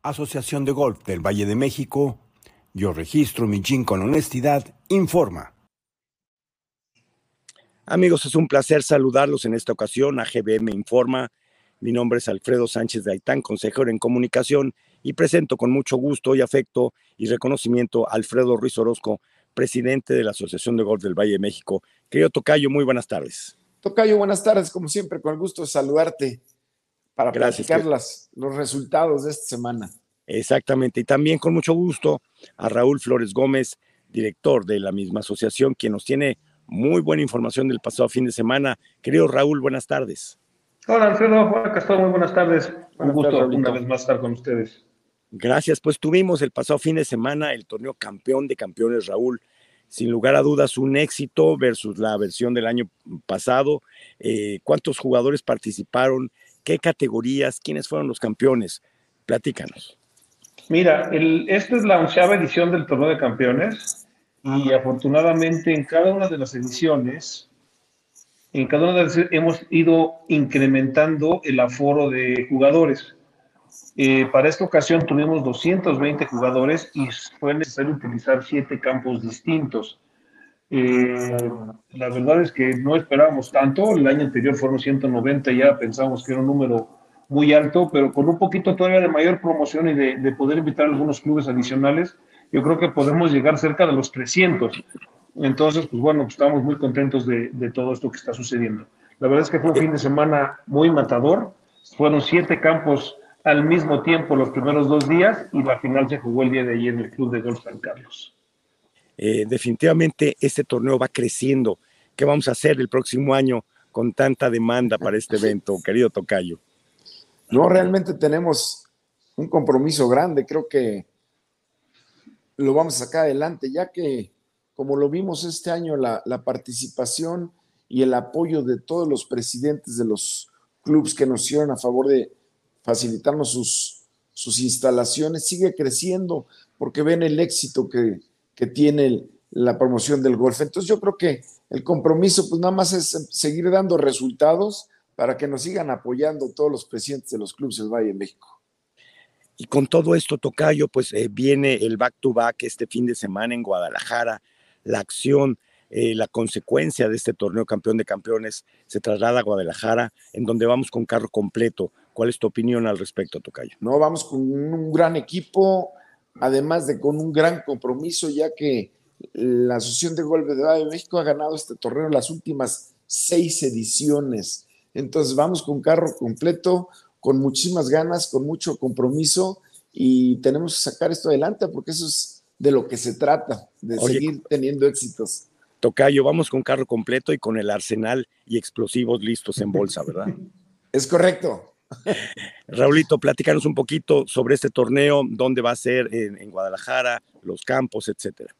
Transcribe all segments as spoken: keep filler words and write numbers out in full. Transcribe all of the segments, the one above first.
Asociación de Golf del Valle de México, yo registro mi G I N con honestidad, informa. Amigos, es un placer saludarlos en esta ocasión. A G B M Informa. Mi nombre es Alfredo Sánchez de Aitán, consejero en comunicación, y presento con mucho gusto y afecto y reconocimiento a Alfredo Ruiz Orozco, presidente de la Asociación de Golf del Valle de México. Querido Tocayo, muy buenas tardes. Tocayo, buenas tardes, como siempre, con el gusto de saludarte para Gracias, platicar las, los resultados de esta semana. Exactamente, y también con mucho gusto a Raúl Flores Gómez, director de la misma asociación, quien nos tiene muy buena información del pasado fin de semana. Querido Raúl, buenas tardes. Hola Alfredo, Juan Castor, muy buenas tardes. Buenas Un gusto tardes, una vez más estar con ustedes. Gracias, pues tuvimos el pasado fin de semana el torneo campeón de campeones, Raúl. Sin lugar a dudas, un éxito versus la versión del año pasado. Eh, ¿Cuántos jugadores participaron? ¿Qué categorías? ¿Quiénes fueron los campeones? Platícanos. Mira, el, esta es la onceava edición del torneo de campeones y afortunadamente en cada una de las ediciones, en cada una de las hemos ido incrementando el aforo de jugadores. Eh, para esta ocasión tuvimos doscientos veinte jugadores y fue necesario utilizar siete campos distintos. Eh, la verdad es que no esperábamos tanto, el año anterior fueron ciento noventa, ya pensamos que era un número muy alto, pero con un poquito todavía de mayor promoción y de, de poder invitar a algunos clubes adicionales, yo creo que podemos llegar cerca de los trescientos. Entonces, pues bueno, pues estamos muy contentos de, de todo esto que está sucediendo. La verdad es que fue un fin de semana muy matador, fueron siete campos al mismo tiempo los primeros dos días y la final se jugó el día de ayer en el Club de Golf San Carlos. Eh, definitivamente este torneo va creciendo. ¿Qué vamos a hacer el próximo año con tanta demanda para este evento, querido Tocayo? No, realmente tenemos un compromiso grande, creo que lo vamos a sacar adelante, ya que, como lo vimos este año, la, la participación y el apoyo de todos los presidentes de los clubes que nos hicieron a favor de facilitarnos sus, sus instalaciones sigue creciendo porque ven el éxito que, que tiene el, la promoción del golf. Entonces yo creo que el compromiso pues nada más es seguir dando resultados para que nos sigan apoyando todos los presidentes de los clubes del Valle de México. Y con todo esto, Tocayo, pues eh, viene el back-to-back este fin de semana en Guadalajara. La acción, eh, la consecuencia de este torneo campeón de campeones se traslada a Guadalajara, en donde vamos con carro completo. ¿Cuál es tu opinión al respecto, Tocayo? No, vamos con un gran equipo, además de con un gran compromiso, ya que la Asociación de Golf de Valle de México ha ganado este torneo en las últimas seis ediciones. Entonces vamos con carro completo, con muchísimas ganas, con mucho compromiso, y tenemos que sacar esto adelante porque eso es de lo que se trata, de Oye, seguir teniendo éxitos. Tocayo, vamos con carro completo y con el arsenal y explosivos listos en bolsa, ¿verdad? Es correcto. Raulito, platícanos un poquito sobre este torneo, dónde va a ser en, en Guadalajara, los campos, etcétera.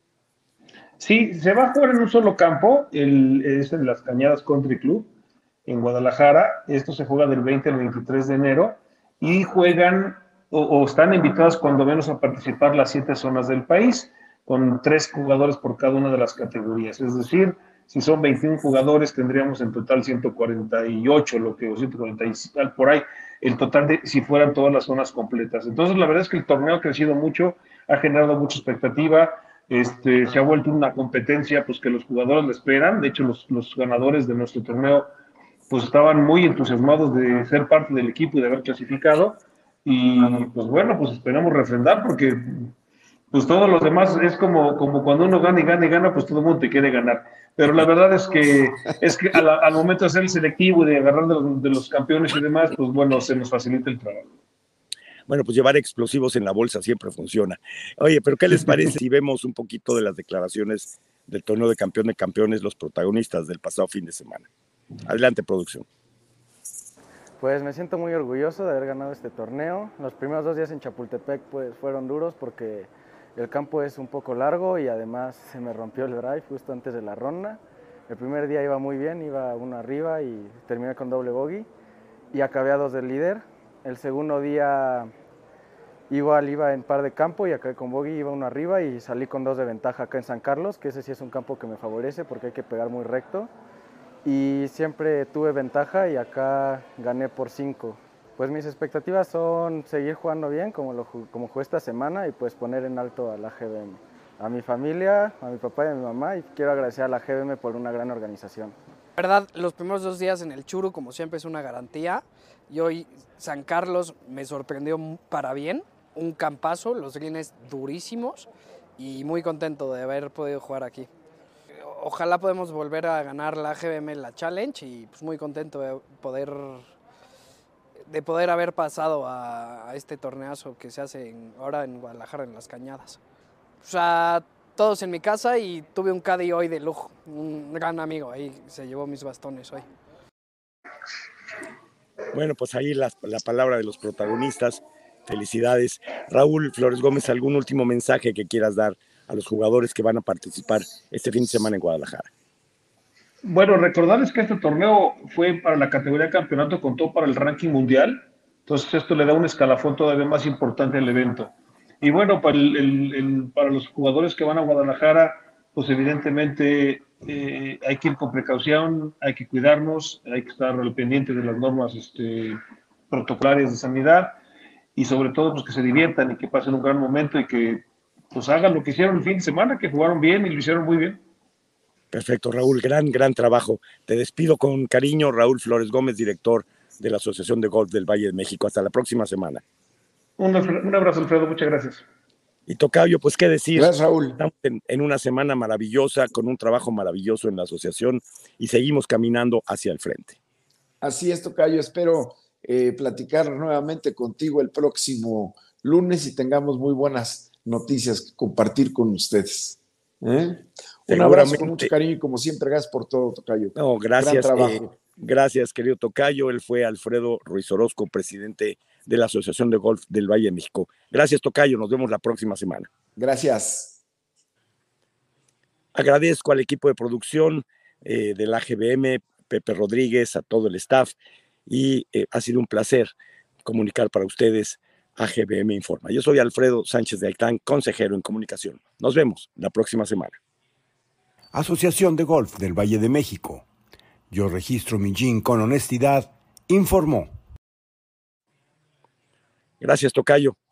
Sí, se va a jugar en un solo campo, el, es en las Cañadas Country Club, en Guadalajara. Esto se juega del veinte al veintitrés de enero y juegan o, o están invitados cuando menos a participar las siete zonas del país, con tres jugadores por cada una de las categorías. Es decir, si son veintiún jugadores, tendríamos en total ciento cuarenta y ocho, lo que, o ciento cuarenta y por ahí, el total de si fueran todas las zonas completas. Entonces, la verdad es que el torneo ha crecido mucho, ha generado mucha expectativa. Este, se ha vuelto una competencia pues que los jugadores le esperan. De hecho, los, los ganadores de nuestro torneo pues estaban muy entusiasmados de ser parte del equipo y de haber clasificado, y pues bueno, pues esperamos refrendar porque pues todos los demás es como, como cuando uno gana y gana y gana, pues todo el mundo te quiere ganar, pero la verdad es que, es que al, al momento de hacer el selectivo y de agarrar de los, de los campeones y demás, pues bueno, se nos facilita el trabajo. Bueno, pues llevar explosivos en la bolsa siempre funciona. Oye, pero ¿qué les parece si vemos un poquito de las declaraciones del torneo de campeón de campeones, los protagonistas del pasado fin de semana? Adelante, producción. Pues me siento muy orgulloso de haber ganado este torneo. Los primeros dos días en Chapultepec pues fueron duros porque el campo es un poco largo y además se me rompió el drive justo antes de la ronda. El primer día iba muy bien, iba uno arriba y terminé con doble bogey y acabé a dos del líder. El segundo día igual iba en par de campo y acabé con bogey, iba uno arriba y salí con dos de ventaja acá en San Carlos, que ese sí es un campo que me favorece porque hay que pegar muy recto. Y siempre tuve ventaja y acá gané por cinco. Pues mis expectativas son seguir jugando bien como, lo, como jugué esta semana y pues poner en alto a la G B M, a mi familia, a mi papá y a mi mamá, y quiero agradecer a la G B M por una gran organización. La verdad, los primeros dos días en el Churu, como siempre, es una garantía. Y hoy San Carlos me sorprendió para bien, un campazo, los greens durísimos y muy contento de haber podido jugar aquí. Ojalá podamos volver a ganar la G B M la Challenge y pues muy contento de poder, de poder haber pasado a, a este torneazo que se hace en, ahora en Guadalajara, en Las Cañadas. O sea, todos en mi casa y tuve un caddy hoy de lujo, un gran amigo, ahí se llevó mis bastones hoy. Bueno, pues ahí la, la palabra de los protagonistas. Felicidades. Raúl Flores Gómez, ¿algún último mensaje que quieras dar a los jugadores que van a participar este fin de semana en Guadalajara? Bueno, recordarles que este torneo fue para la categoría de campeonato, contó para el ranking mundial, entonces esto le da un escalafón todavía más importante al evento. Y bueno, para, el, el, el, para los jugadores que van a Guadalajara, pues evidentemente eh, hay que ir con precaución, hay que cuidarnos, hay que estar al pendiente de las normas este, protocolarias de sanidad y sobre todo pues que se diviertan y que pasen un gran momento y que pues hagan lo que hicieron el fin de semana, que jugaron bien y lo hicieron muy bien. Perfecto, Raúl, gran, gran trabajo. Te despido con cariño, Raúl Flores Gómez, director de la Asociación de Golf del Valle de México. Hasta la próxima semana. Un, un abrazo, Alfredo, muchas gracias. Y Tocayo, pues qué decir. Gracias, Raúl. Estamos en, en una semana maravillosa, con un trabajo maravilloso en la asociación y seguimos caminando hacia el frente. Así es, Tocayo. Espero eh, platicar nuevamente contigo el próximo lunes y tengamos muy buenas noticias que compartir con ustedes. ¿Eh? Un abrazo con mucho cariño y como siempre, gracias por todo, Tocayo. No, gracias. Eh, gracias, querido Tocayo. Él fue Alfredo Ruiz Orozco, presidente de la Asociación de Golf del Valle de México. Gracias, Tocayo. Nos vemos la próxima semana. Gracias. Agradezco al equipo de producción eh, de la G B M, Pepe Rodríguez, a todo el staff, y eh, ha sido un placer comunicar para ustedes a G B M Informa. Yo soy Alfredo Sánchez de Aitán, consejero en comunicación. Nos vemos la próxima semana. Asociación de Golf del Valle de México. Yo registro mi G I N con honestidad, informó. Gracias, Tocayo.